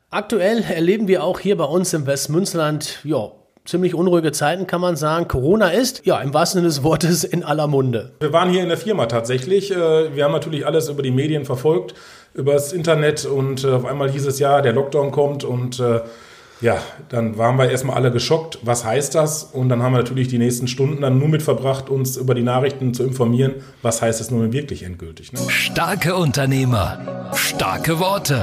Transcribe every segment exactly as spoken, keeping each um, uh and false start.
Aktuell erleben wir auch hier bei uns im Westmünsterland, ja, ziemlich unruhige Zeiten, kann man sagen. Corona ist, ja, im wahrsten Sinne des Wortes in aller Munde. Wir waren hier in der Firma tatsächlich. Wir haben natürlich alles über die Medien verfolgt, über das Internet und auf einmal hieß es ja, der Lockdown kommt und ja, dann waren wir erstmal alle geschockt. Was heißt das? Und dann haben wir natürlich die nächsten Stunden dann nur mit verbracht, uns über die Nachrichten zu informieren. Was heißt es nun wirklich endgültig? Ne? Starke Unternehmer, starke Worte.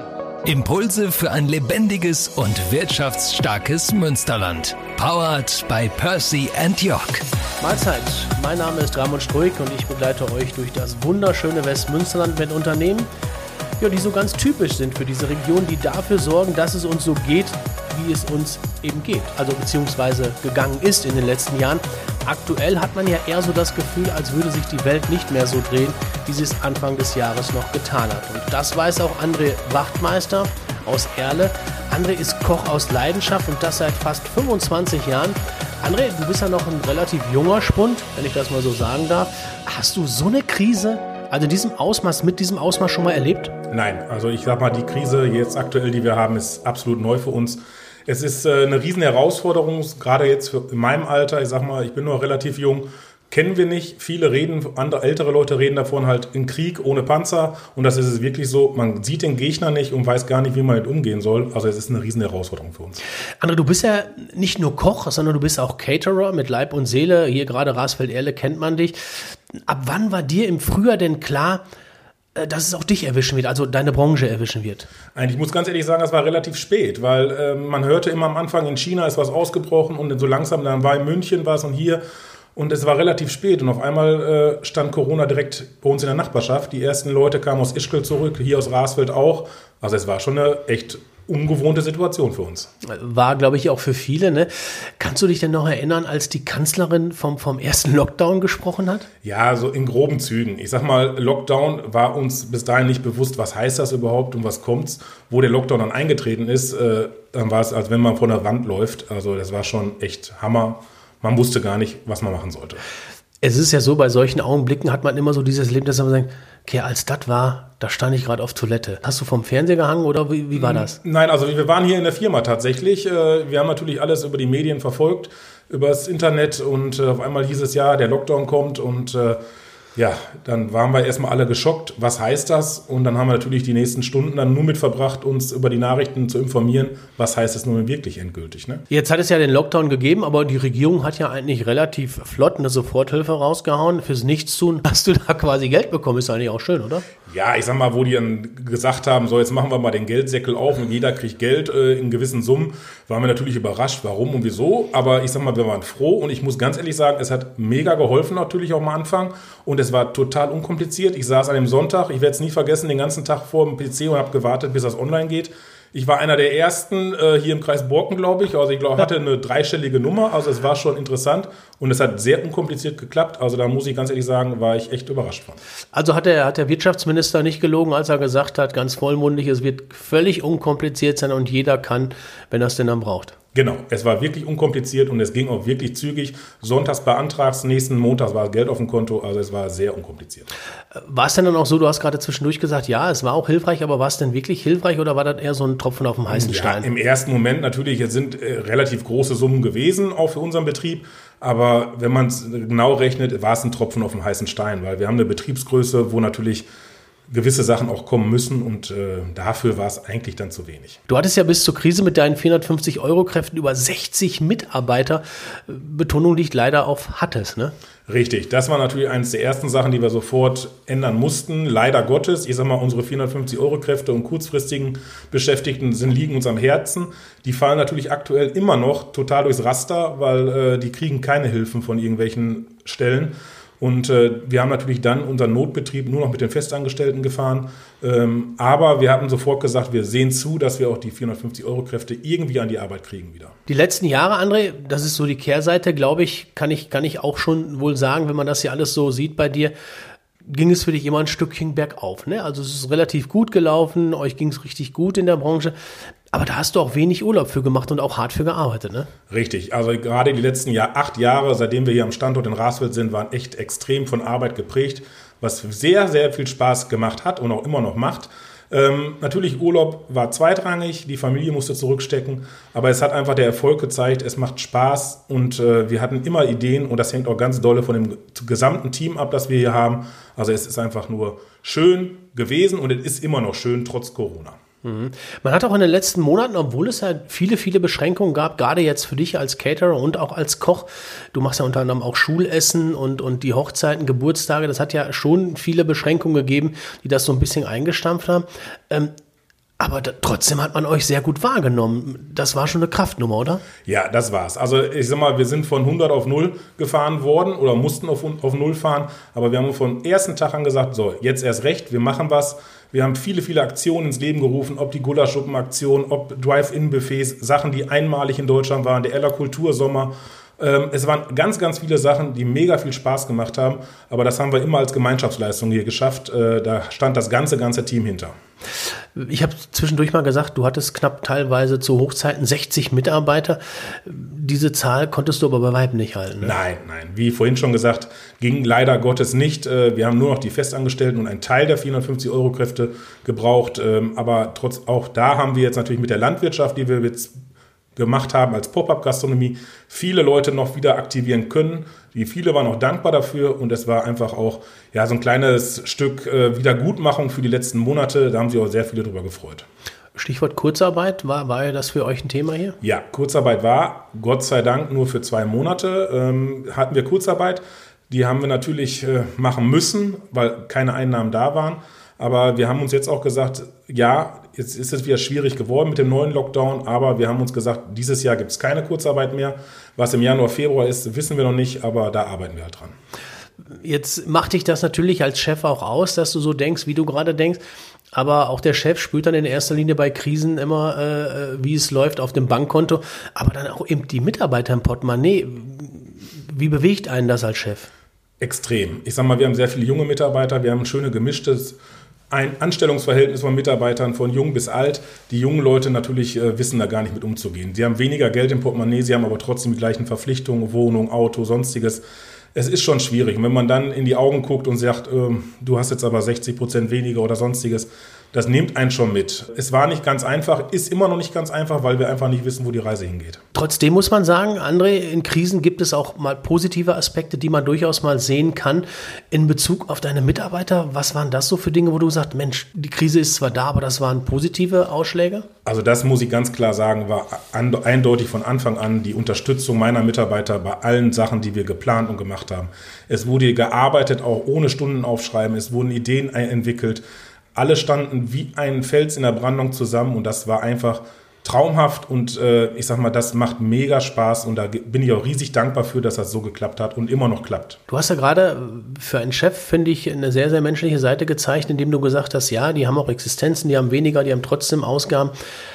Impulse für ein lebendiges und wirtschaftsstarkes Münsterland. Powered by Percy and York. Mahlzeit, mein Name ist Ramon Struik und ich begleite euch durch das wunderschöne Westmünsterland mit Unternehmen, ja, die so ganz typisch sind für diese Region, die dafür sorgen, dass es uns so geht, wie es uns eben geht. Also beziehungsweise gegangen ist in den letzten Jahren. Aktuell hat man ja eher so das Gefühl, als würde sich die Welt nicht mehr so drehen, wie sie es Anfang des Jahres noch getan hat. Und das weiß auch André Wachtmeister aus Erle. André ist Koch aus Leidenschaft und das seit fast fünfundzwanzig Jahren. André, du bist ja noch ein relativ junger Spund, wenn ich das mal so sagen darf. Hast du so eine Krise, also in diesem Ausmaß, mit diesem Ausmaß schon mal erlebt? Nein, also ich sag mal, die Krise jetzt aktuell, die wir haben, ist absolut neu für uns. Es ist äh, eine riesen Herausforderung, gerade jetzt für, in meinem Alter, ich sag mal, ich bin noch relativ jung, kennen wir nicht. Viele reden, andere ältere Leute reden davon halt in Krieg ohne Panzer und das ist es wirklich so, man sieht den Gegner nicht und weiß gar nicht, wie man damit umgehen soll. Also es ist eine riesen Herausforderung für uns. André, du bist ja nicht nur Koch, sondern du bist auch Caterer mit Leib und Seele. Hier gerade Rasfeld-Erle kennt man dich. Ab wann war dir im Frühjahr denn klar, dass es auch dich erwischen wird, also deine Branche erwischen wird? Eigentlich, ich muss ganz ehrlich sagen, das war relativ spät, weil äh, man hörte immer am Anfang, in China ist was ausgebrochen und so langsam, dann war in München was und hier und es war relativ spät und auf einmal äh, stand Corona direkt bei uns in der Nachbarschaft. Die ersten Leute kamen aus Ischgl zurück, hier aus Rasfeld auch, also es war schon eine echt ungewohnte Situation für uns. War, glaube ich, auch für viele. Ne? Kannst du dich denn noch erinnern, als die Kanzlerin vom, vom ersten Lockdown gesprochen hat? Ja, so in groben Zügen. Ich sag mal, Lockdown war uns bis dahin nicht bewusst, was heißt das überhaupt und was kommt's. Wo der Lockdown dann eingetreten ist, äh, dann war es, als wenn man vor der Wand läuft. Also das war schon echt Hammer. Man wusste gar nicht, was man machen sollte. Es ist ja so, bei solchen Augenblicken hat man immer so dieses Leben, dass man sagt, okay, als das war, da stand ich gerade auf Toilette. Hast du vom Fernseher gehangen oder wie, wie war das? Nein, also wir waren hier in der Firma tatsächlich. Wir haben natürlich alles über die Medien verfolgt, über das Internet und auf einmal hieß es ja, der Lockdown kommt und ja, dann waren wir erstmal alle geschockt. Was heißt das? Und dann haben wir natürlich die nächsten Stunden dann nur mit verbracht, uns über die Nachrichten zu informieren. Was heißt es nun wirklich endgültig? Ne? Jetzt hat es ja den Lockdown gegeben, aber die Regierung hat ja eigentlich relativ flott eine Soforthilfe rausgehauen. Fürs Nichtstun hast du da quasi Geld bekommen. Ist eigentlich auch schön, oder? Ja, ich sag mal, wo die dann gesagt haben, so jetzt machen wir mal den Geldsäckel auf und jeder kriegt Geld äh, in gewissen Summen, waren wir natürlich überrascht, warum und wieso. Aber ich sag mal, wir waren froh und ich muss ganz ehrlich sagen, es hat mega geholfen natürlich auch am Anfang und es war total unkompliziert. Ich saß an dem Sonntag, ich werde es nie vergessen, den ganzen Tag vor dem P C und habe gewartet, bis das online geht. Ich war einer der ersten äh, hier im Kreis Borken, glaube ich. Also ich glaube, hatte eine dreistellige Nummer. Also es war schon interessant und es hat sehr unkompliziert geklappt. Also da muss ich ganz ehrlich sagen, war ich echt überrascht von. Also hat der, hat der Wirtschaftsminister nicht gelogen, als er gesagt hat, ganz vollmundig, es wird völlig unkompliziert sein und jeder kann, wenn er es denn dann braucht. Genau, es war wirklich unkompliziert und es ging auch wirklich zügig. Sonntags beantragst, nächsten Montags war Geld auf dem Konto, also es war sehr unkompliziert. War es denn dann auch so, du hast gerade zwischendurch gesagt, ja, es war auch hilfreich, aber war es denn wirklich hilfreich oder war das eher so ein Tropfen auf dem heißen ja, Stein? Im ersten Moment natürlich, es sind äh, relativ große Summen gewesen, auch für unseren Betrieb, aber wenn man es genau rechnet, war es ein Tropfen auf dem heißen Stein, weil wir haben eine Betriebsgröße, wo natürlich gewisse Sachen auch kommen müssen und äh, dafür war es eigentlich dann zu wenig. Du hattest ja bis zur Krise mit deinen vierhundertfünfzig Euro Kräften über sechzig Mitarbeiter. Betonung liegt leider auf hattest, ne? Richtig, das war natürlich eines der ersten Sachen, die wir sofort ändern mussten. Leider Gottes, ich sag mal, unsere vierhundertfünfzig Euro Kräfte und kurzfristigen Beschäftigten sind, liegen uns am Herzen. Die fallen natürlich aktuell immer noch total durchs Raster, weil äh, die kriegen keine Hilfen von irgendwelchen Stellen. Und äh, wir haben natürlich dann unseren Notbetrieb nur noch mit den Festangestellten gefahren. Ähm, aber wir hatten sofort gesagt, wir sehen zu, dass wir auch die vierhundertfünfzig Euro Kräfte irgendwie an die Arbeit kriegen wieder. Die letzten Jahre, André, das ist so die Kehrseite, glaube ich, kann ich, kann ich auch schon wohl sagen, wenn man das hier alles so sieht bei dir, ging es für dich immer ein Stückchen bergauf, ne? Also es ist relativ gut gelaufen, euch ging es richtig gut in der Branche. Aber da hast du auch wenig Urlaub für gemacht und auch hart für gearbeitet, ne? Richtig. Also gerade die letzten Jahr, acht Jahre, seitdem wir hier am Standort in Rasfeld sind, waren echt extrem von Arbeit geprägt, was sehr, sehr viel Spaß gemacht hat und auch immer noch macht. Ähm, natürlich, Urlaub war zweitrangig, die Familie musste zurückstecken, aber es hat einfach der Erfolg gezeigt, es macht Spaß und äh, wir hatten immer Ideen und das hängt auch ganz dolle von dem gesamten Team ab, das wir hier haben. Also es ist einfach nur schön gewesen und es ist immer noch schön, trotz Corona. Man hat auch in den letzten Monaten, obwohl es ja viele, viele Beschränkungen gab, gerade jetzt für dich als Caterer und auch als Koch, du machst ja unter anderem auch Schulessen und, und die Hochzeiten, Geburtstage, das hat ja schon viele Beschränkungen gegeben, die das so ein bisschen eingestampft haben. Ähm, aber da, trotzdem hat man euch sehr gut wahrgenommen. Das war schon eine Kraftnummer, oder? Ja, das war's. Also ich sag mal, wir sind von hundert auf null gefahren worden oder mussten auf, auf null fahren, aber wir haben vom ersten Tag an gesagt, so, jetzt erst recht, wir machen was. Wir haben viele, viele Aktionen ins Leben gerufen, ob die Gulaschsuppen-Aktion, ob Drive-In-Buffets, Sachen, die einmalig in Deutschland waren, der Eller Kultursommer. Ähm, es waren ganz, ganz viele Sachen, die mega viel Spaß gemacht haben, aber das haben wir immer als Gemeinschaftsleistung hier geschafft. Äh, da stand das ganze, ganze Team hinter. Ich habe zwischendurch mal gesagt, du hattest knapp teilweise zu Hochzeiten sechzig Mitarbeiter. Diese Zahl konntest du aber bei weitem nicht halten. Ne? Nein, nein. Wie vorhin schon gesagt, ging leider Gottes nicht. Wir haben nur noch die Festangestellten und einen Teil der vierhundertfünfzig Euro Kräfte gebraucht. Aber trotz auch da haben wir jetzt natürlich mit der Landwirtschaft, die wir jetzt gemacht haben als Pop-Up-Gastronomie, viele Leute noch wieder aktivieren können. Die viele waren auch dankbar dafür und es war einfach auch ja, so ein kleines Stück äh, Wiedergutmachung für die letzten Monate. Da haben sich auch sehr viele drüber gefreut. Stichwort Kurzarbeit, war, war das für euch ein Thema hier? Ja, Kurzarbeit war, Gott sei Dank, nur für zwei Monate ähm, hatten wir Kurzarbeit. Die haben wir natürlich äh, machen müssen, weil keine Einnahmen da waren. Aber wir haben uns jetzt auch gesagt, ja, jetzt ist es wieder schwierig geworden mit dem neuen Lockdown, aber wir haben uns gesagt, dieses Jahr gibt es keine Kurzarbeit mehr. Was im Januar, Februar ist, wissen wir noch nicht, aber da arbeiten wir halt dran. Jetzt macht dich das natürlich als Chef auch aus, dass du so denkst, wie du gerade denkst. Aber auch der Chef spürt dann in erster Linie bei Krisen immer, äh, wie es läuft auf dem Bankkonto. Aber dann auch eben die Mitarbeiter im Portemonnaie. Wie bewegt einen das als Chef? Extrem. Ich sag mal, wir haben sehr viele junge Mitarbeiter, wir haben ein schönes gemischtes ein Anstellungsverhältnis von Mitarbeitern, von jung bis alt. Die jungen Leute natürlich äh, wissen da gar nicht mit umzugehen. Sie haben weniger Geld im Portemonnaie, sie haben aber trotzdem die gleichen Verpflichtungen, Wohnung, Auto, sonstiges. Es ist schon schwierig. Und wenn man dann in die Augen guckt und sagt, äh, du hast jetzt aber sechzig Prozent weniger oder sonstiges, das nimmt einen schon mit. Es war nicht ganz einfach, ist immer noch nicht ganz einfach, weil wir einfach nicht wissen, wo die Reise hingeht. Trotzdem muss man sagen, André, in Krisen gibt es auch mal positive Aspekte, die man durchaus mal sehen kann. In Bezug auf deine Mitarbeiter, was waren das so für Dinge, wo du sagst, Mensch, die Krise ist zwar da, aber das waren positive Ausschläge? Also das muss ich ganz klar sagen, war eindeutig von Anfang an die Unterstützung meiner Mitarbeiter bei allen Sachen, die wir geplant und gemacht haben. Es wurde gearbeitet, auch ohne Stunden aufschreiben, es wurden Ideen entwickelt. Alle standen wie ein Fels in der Brandung zusammen und das war einfach traumhaft und äh, ich sag mal, das macht mega Spaß und da bin ich auch riesig dankbar für, dass das so geklappt hat und immer noch klappt. Du hast ja gerade für einen Chef, finde ich, eine sehr, sehr menschliche Seite gezeigt, indem du gesagt hast, ja, die haben auch Existenzen, die haben weniger, die haben trotzdem Ausgaben.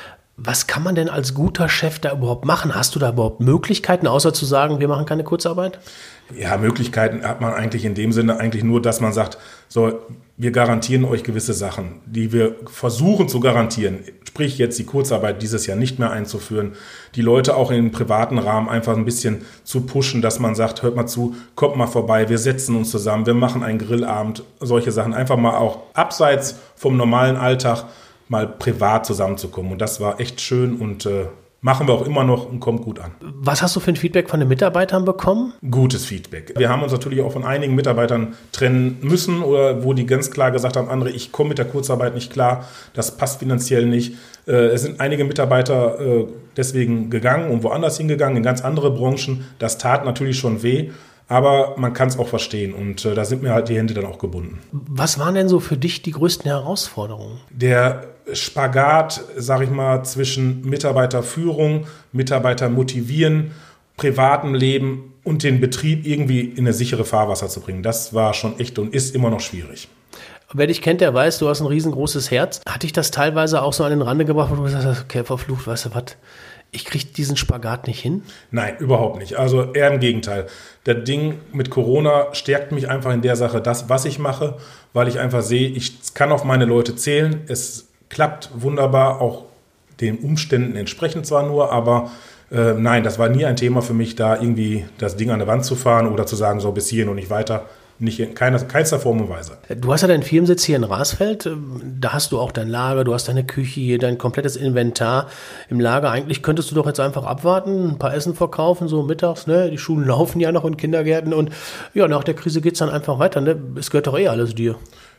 Was kann man denn als guter Chef da überhaupt machen? Hast du da überhaupt Möglichkeiten, außer zu sagen, wir machen keine Kurzarbeit? Ja, Möglichkeiten hat man eigentlich in dem Sinne eigentlich nur, dass man sagt, so, wir garantieren euch gewisse Sachen, die wir versuchen zu garantieren. Sprich, jetzt die Kurzarbeit dieses Jahr nicht mehr einzuführen, die Leute auch in den privaten Rahmen einfach ein bisschen zu pushen, dass man sagt, hört mal zu, kommt mal vorbei, wir setzen uns zusammen, wir machen einen Grillabend, solche Sachen. Einfach mal auch abseits vom normalen Alltag mal privat zusammenzukommen. Und das war echt schön und äh, machen wir auch immer noch und kommt gut an. Was hast du für ein Feedback von den Mitarbeitern bekommen? Gutes Feedback. Wir haben uns natürlich auch von einigen Mitarbeitern trennen müssen oder wo die ganz klar gesagt haben, André, ich komme mit der Kurzarbeit nicht klar, das passt finanziell nicht. Es sind einige Mitarbeiter deswegen gegangen und woanders hingegangen, in ganz andere Branchen. Das tat natürlich schon weh. Aber man kann es auch verstehen und äh, da sind mir halt die Hände dann auch gebunden. Was waren denn so für dich die größten Herausforderungen? Der Spagat, sag ich mal, zwischen Mitarbeiterführung, Mitarbeiter motivieren, privatem Leben und den Betrieb irgendwie in eine sichere Fahrwasser zu bringen. Das war schon echt und ist immer noch schwierig. Wer dich kennt, der weiß, du hast ein riesengroßes Herz. Hat dich das teilweise auch so an den Rande gebracht, wo du gesagt hast, okay, verflucht, weißt du was, ich kriege diesen Spagat nicht hin? Nein, überhaupt nicht. Also eher im Gegenteil. Das Ding mit Corona stärkt mich einfach in der Sache, das, was ich mache, weil ich einfach sehe, ich kann auf meine Leute zählen. Es klappt wunderbar, auch den Umständen entsprechend zwar nur, aber äh, nein, das war nie ein Thema für mich, da irgendwie das Ding an der Wand zu fahren oder zu sagen, so bis hierhin und nicht weiter. Nicht in keiner, keinster Form und Weise. Du hast ja deinen Firmensitz hier in Rasfeld. Da hast du auch dein Lager, du hast deine Küche hier, dein komplettes Inventar im Lager. Eigentlich könntest du doch jetzt einfach abwarten, ein paar Essen verkaufen, so mittags. Ne? Die Schulen laufen ja noch in Kindergärten. Und ja, nach der Krise geht es dann einfach weiter. Ne? Es gehört doch eh alles dir.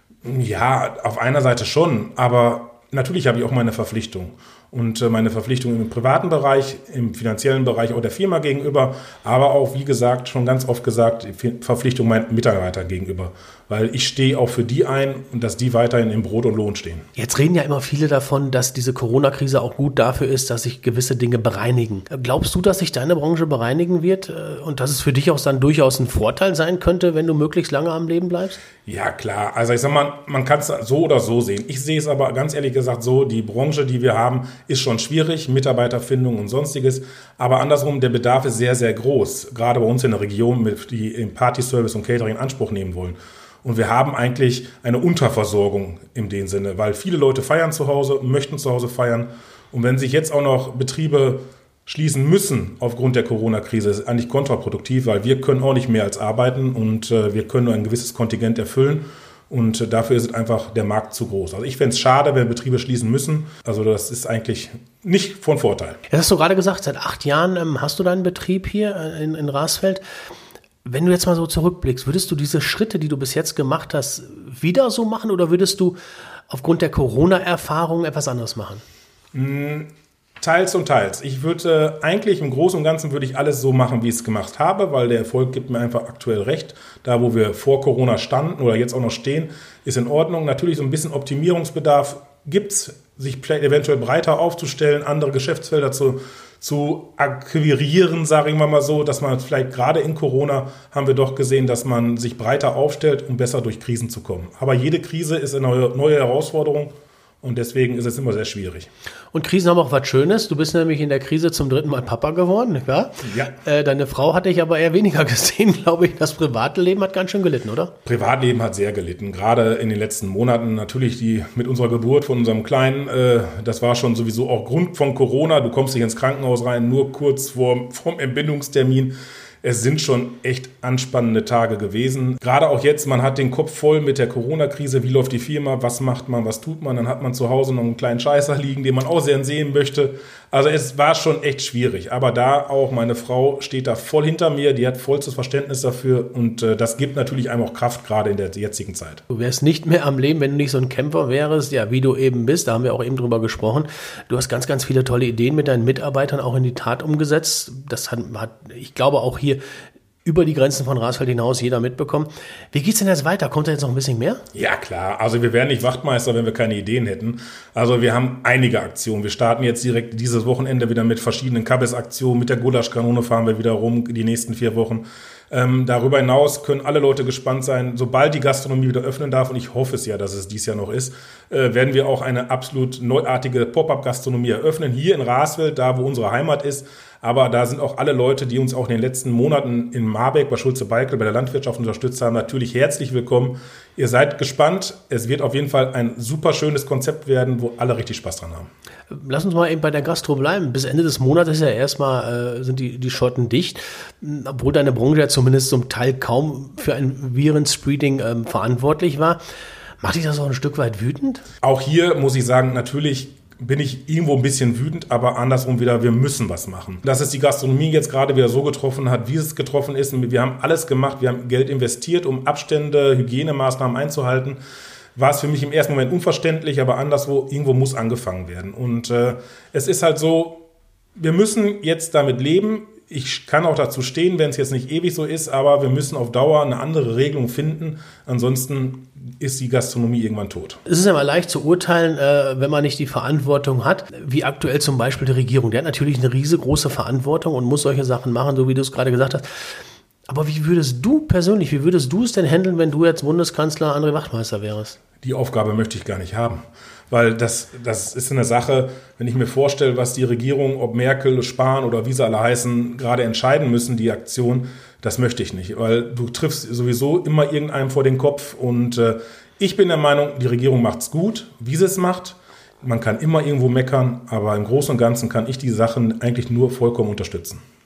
Ja, auf einer Seite schon. Aber natürlich habe ich auch meine Verpflichtung. Und meine Verpflichtung im privaten Bereich, im finanziellen Bereich auch der Firma gegenüber, aber auch, wie gesagt, schon ganz oft gesagt, die Verpflichtung meinen Mitarbeitern gegenüber. Weil ich stehe auch für die ein und dass die weiterhin im Brot und Lohn stehen. Jetzt reden ja immer viele davon, dass diese Corona-Krise auch gut dafür ist, dass sich gewisse Dinge bereinigen. Glaubst du, dass sich deine Branche bereinigen wird und dass es für dich auch dann durchaus ein Vorteil sein könnte, wenn du möglichst lange am Leben bleibst? Ja, klar. Also ich sag mal, man kann es so oder so sehen. Ich sehe es aber ganz ehrlich gesagt so, die Branche, die wir haben, ist schon schwierig, Mitarbeiterfindung und sonstiges. Aber andersrum, der Bedarf ist sehr, sehr groß. Gerade bei uns in der Region, die im Partyservice und Catering in Anspruch nehmen wollen. Und wir haben eigentlich eine Unterversorgung in dem Sinne, weil viele Leute feiern zu Hause, möchten zu Hause feiern. Und wenn sich jetzt auch noch Betriebe schließen müssen aufgrund der Corona-Krise, ist eigentlich kontraproduktiv, weil wir können auch nicht mehr als arbeiten und äh, wir können nur ein gewisses Kontingent erfüllen. Und äh, dafür ist einfach der Markt zu groß. Also ich fände es schade, wenn Betriebe schließen müssen. Also das ist eigentlich nicht von Vorteil. Jetzt hast du gerade gesagt, seit acht Jahren ähm, hast du deinen Betrieb hier in, in Rasfeld. Wenn du jetzt mal so zurückblickst, würdest du diese Schritte, die du bis jetzt gemacht hast, wieder so machen oder würdest du aufgrund der Corona-Erfahrung etwas anderes machen? Mm, teils und teils. Ich würde äh, eigentlich im Großen und Ganzen würde ich alles so machen, wie ich es gemacht habe, weil der Erfolg gibt mir einfach aktuell recht. Da, wo wir vor Corona standen oder jetzt auch noch stehen, ist in Ordnung. Natürlich so ein bisschen Optimierungsbedarf gibt es, sich eventuell breiter aufzustellen, andere Geschäftsfelder zu zu akquirieren, sage ich mal so, dass man vielleicht gerade in Corona haben wir doch gesehen, dass man sich breiter aufstellt, um besser durch Krisen zu kommen. Aber jede Krise ist eine neue, neue Herausforderung und deswegen ist es immer sehr schwierig. Und Krisen haben auch was Schönes. Du bist nämlich in der Krise zum dritten Mal Papa geworden, nicht wahr? Ja. Äh, deine Frau hatte ich aber eher weniger gesehen, glaube ich. Das private Leben hat ganz schön gelitten, oder? Privatleben hat sehr gelitten, gerade in den letzten Monaten. Natürlich die mit unserer Geburt von unserem Kleinen, äh, das war schon sowieso auch Grund von Corona. Du kommst nicht ins Krankenhaus rein, nur kurz vor vom Entbindungstermin. Es sind schon echt anspannende Tage gewesen. Gerade auch jetzt, man hat den Kopf voll mit der Corona-Krise. Wie läuft die Firma? Was macht man? Was tut man? Dann hat man zu Hause noch einen kleinen Scheißer liegen, den man auch sehr sehen möchte. Also es war schon echt schwierig. Aber da auch, meine Frau steht da voll hinter mir. Die hat vollstes Verständnis dafür. Und äh, das gibt natürlich einem auch Kraft, gerade in der jetzigen Zeit. Du wärst nicht mehr am Leben, wenn du nicht so ein Kämpfer wärst, ja, wie du eben bist. Da haben wir auch eben drüber gesprochen. Du hast ganz, ganz viele tolle Ideen mit deinen Mitarbeitern auch in die Tat umgesetzt. Das hat, hat ich glaube, auch hier über die Grenzen von Rasfeld hinaus jeder mitbekommen. Wie geht's denn jetzt weiter? Kommt da jetzt noch ein bisschen mehr? Ja, klar. Also wir wären nicht Wachtmeister, wenn wir keine Ideen hätten. Also wir haben einige Aktionen. Wir starten jetzt direkt dieses Wochenende wieder mit verschiedenen Kabbes-Aktionen. Mit der Gulaschkanone fahren wir wieder rum die nächsten vier Wochen. Ähm, darüber hinaus können alle Leute gespannt sein, sobald die Gastronomie wieder öffnen darf, und ich hoffe es ja, dass es dies Jahr noch ist, äh, werden wir auch eine absolut neuartige Pop-up-Gastronomie eröffnen, hier in Rasfeld, da wo unsere Heimat ist. Aber da sind auch alle Leute, die uns auch in den letzten Monaten in Marbeck bei Schulze-Beikel bei der Landwirtschaft unterstützt haben, natürlich herzlich willkommen. Ihr seid gespannt. Es wird auf jeden Fall ein super schönes Konzept werden, wo alle richtig Spaß dran haben. Lass uns mal eben bei der Gastro bleiben. Bis Ende des Monats ist ja erstmal, äh, sind die, die Schotten dicht. Obwohl deine Branche ja zumindest zum Teil kaum für ein Virenspreading ähm, verantwortlich war. Macht dich das auch ein Stück weit wütend? Auch hier muss ich sagen, natürlich bin ich irgendwo ein bisschen wütend, aber andersrum wieder, wir müssen was machen. Dass es die Gastronomie jetzt gerade wieder so getroffen hat, wie es getroffen ist. Wir haben alles gemacht, wir haben Geld investiert, um Abstände, Hygienemaßnahmen einzuhalten. War es für mich im ersten Moment unverständlich, aber anderswo, irgendwo muss angefangen werden. Und äh, es ist halt so, wir müssen jetzt damit leben. Ich kann auch dazu stehen, wenn es jetzt nicht ewig so ist, aber wir müssen auf Dauer eine andere Regelung finden. Ansonsten ist die Gastronomie irgendwann tot. Es ist ja mal leicht zu urteilen, äh, wenn man nicht die Verantwortung hat, wie aktuell zum Beispiel die Regierung. Die hat natürlich eine riesengroße Verantwortung und muss solche Sachen machen, so wie du es gerade gesagt hast. Aber wie würdest du persönlich, wie würdest du es denn handeln, wenn du jetzt Bundeskanzler André Wachtmeister wärst? Die Aufgabe möchte ich gar nicht haben. Weil das, das ist eine Sache, wenn ich mir vorstelle, was die Regierung, ob Merkel, Spahn oder wie sie alle heißen, gerade entscheiden müssen, die Aktion, das möchte ich nicht. Weil du triffst sowieso immer irgendeinem vor den Kopf. Und äh, ich bin der Meinung, die Regierung macht es gut, wie sie es macht. Man kann immer irgendwo meckern, aber im Großen und Ganzen kann ich die Sachen eigentlich nur vollkommen unterstützen.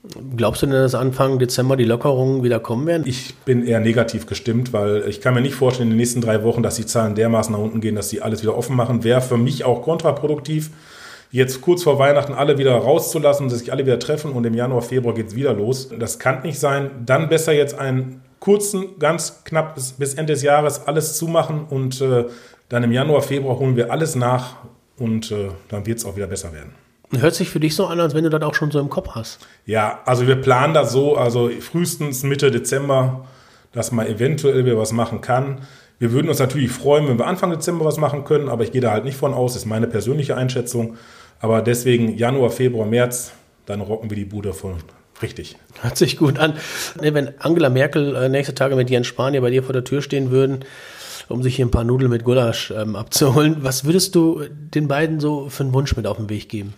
Glaubst du denn, dass Anfang Dezember die Lockerungen wieder kommen werden? Ich bin eher negativ gestimmt, weil ich kann mir nicht vorstellen, in den nächsten drei Wochen, dass die Zahlen dermaßen nach unten gehen, dass sie alles wieder offen machen. Wäre für mich auch kontraproduktiv, jetzt kurz vor Weihnachten alle wieder rauszulassen, dass sich alle wieder treffen und im Januar, Februar geht es wieder los. Das kann nicht sein. Dann besser jetzt einen kurzen, ganz knapp bis, bis Ende des Jahres alles zumachen und äh, dann im Januar, Februar holen wir alles nach und äh, dann wird es auch wieder besser werden. Hört sich für dich so an, als wenn du das auch schon so im Kopf hast. Ja, also wir planen das so, also frühestens Mitte Dezember, dass man eventuell wieder was machen kann. Wir würden uns natürlich freuen, wenn wir Anfang Dezember was machen können, aber ich gehe da halt nicht von aus, das ist meine persönliche Einschätzung. Aber deswegen Januar, Februar, März, dann rocken wir die Bude von richtig. Hört sich gut an. Wenn Angela Merkel nächste Tage mit Jens Spahn hier bei dir vor der Tür stehen würden, um sich hier ein paar Nudeln mit Gulasch ähm, abzuholen, was würdest du den beiden so für einen Wunsch mit auf den Weg geben?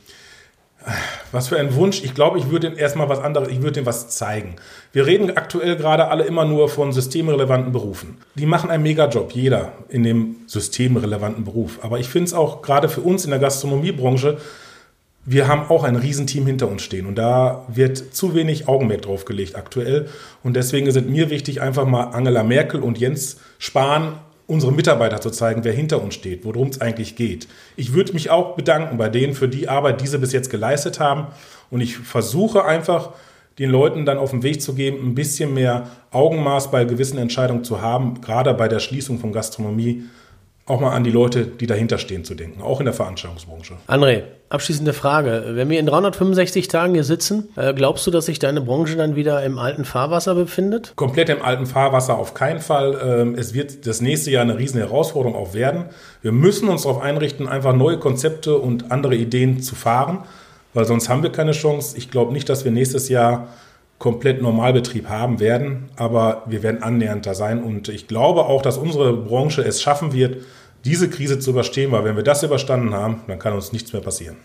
Was für ein Wunsch. Ich glaube, ich würde ihnen erstmal was anderes, ich würde ihnen was zeigen. Wir reden aktuell gerade alle immer nur von systemrelevanten Berufen. Die machen einen Mega-Job, jeder in dem systemrelevanten Beruf. Aber ich finde es auch gerade für uns in der Gastronomiebranche, wir haben auch ein Riesenteam hinter uns stehen. Und da wird zu wenig Augenmerk drauf gelegt aktuell. Und deswegen sind mir wichtig, einfach mal Angela Merkel und Jens Spahn, unsere Mitarbeiter zu zeigen, wer hinter uns steht, worum es eigentlich geht. Ich würde mich auch bedanken bei denen für die Arbeit, die sie bis jetzt geleistet haben. Und ich versuche einfach, den Leuten dann auf den Weg zu geben, ein bisschen mehr Augenmaß bei gewissen Entscheidungen zu haben, gerade bei der Schließung von Gastronomie, auch mal an die Leute, die dahinter stehen, zu denken, auch in der Veranstaltungsbranche. André, abschließende Frage. Wenn wir in dreihundertfünfundsechzig Tagen hier sitzen, glaubst du, dass sich deine Branche dann wieder im alten Fahrwasser befindet? Komplett im alten Fahrwasser auf keinen Fall. Es wird das nächste Jahr eine riesen Herausforderung auch werden. Wir müssen uns darauf einrichten, einfach neue Konzepte und andere Ideen zu fahren, weil sonst haben wir keine Chance. Ich glaube nicht, dass wir nächstes Jahr komplett Normalbetrieb haben werden, aber wir werden annähernd da sein und ich glaube auch, dass unsere Branche es schaffen wird, diese Krise zu überstehen, weil wenn wir das überstanden haben, dann kann uns nichts mehr passieren.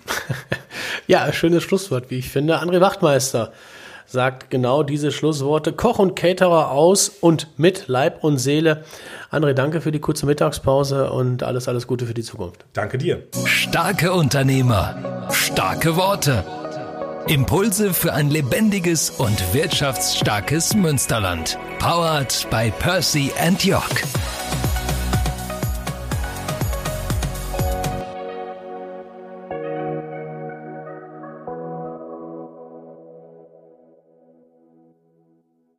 Ja, schönes Schlusswort, wie ich finde. André Wachtmeister sagt genau diese Schlussworte. Koch und Caterer aus und mit Leib und Seele. André, danke für die kurze Mittagspause und alles, alles Gute für die Zukunft. Danke dir. Starke Unternehmer, starke Worte. Impulse für ein lebendiges und wirtschaftsstarkes Münsterland. Powered by Percy and York.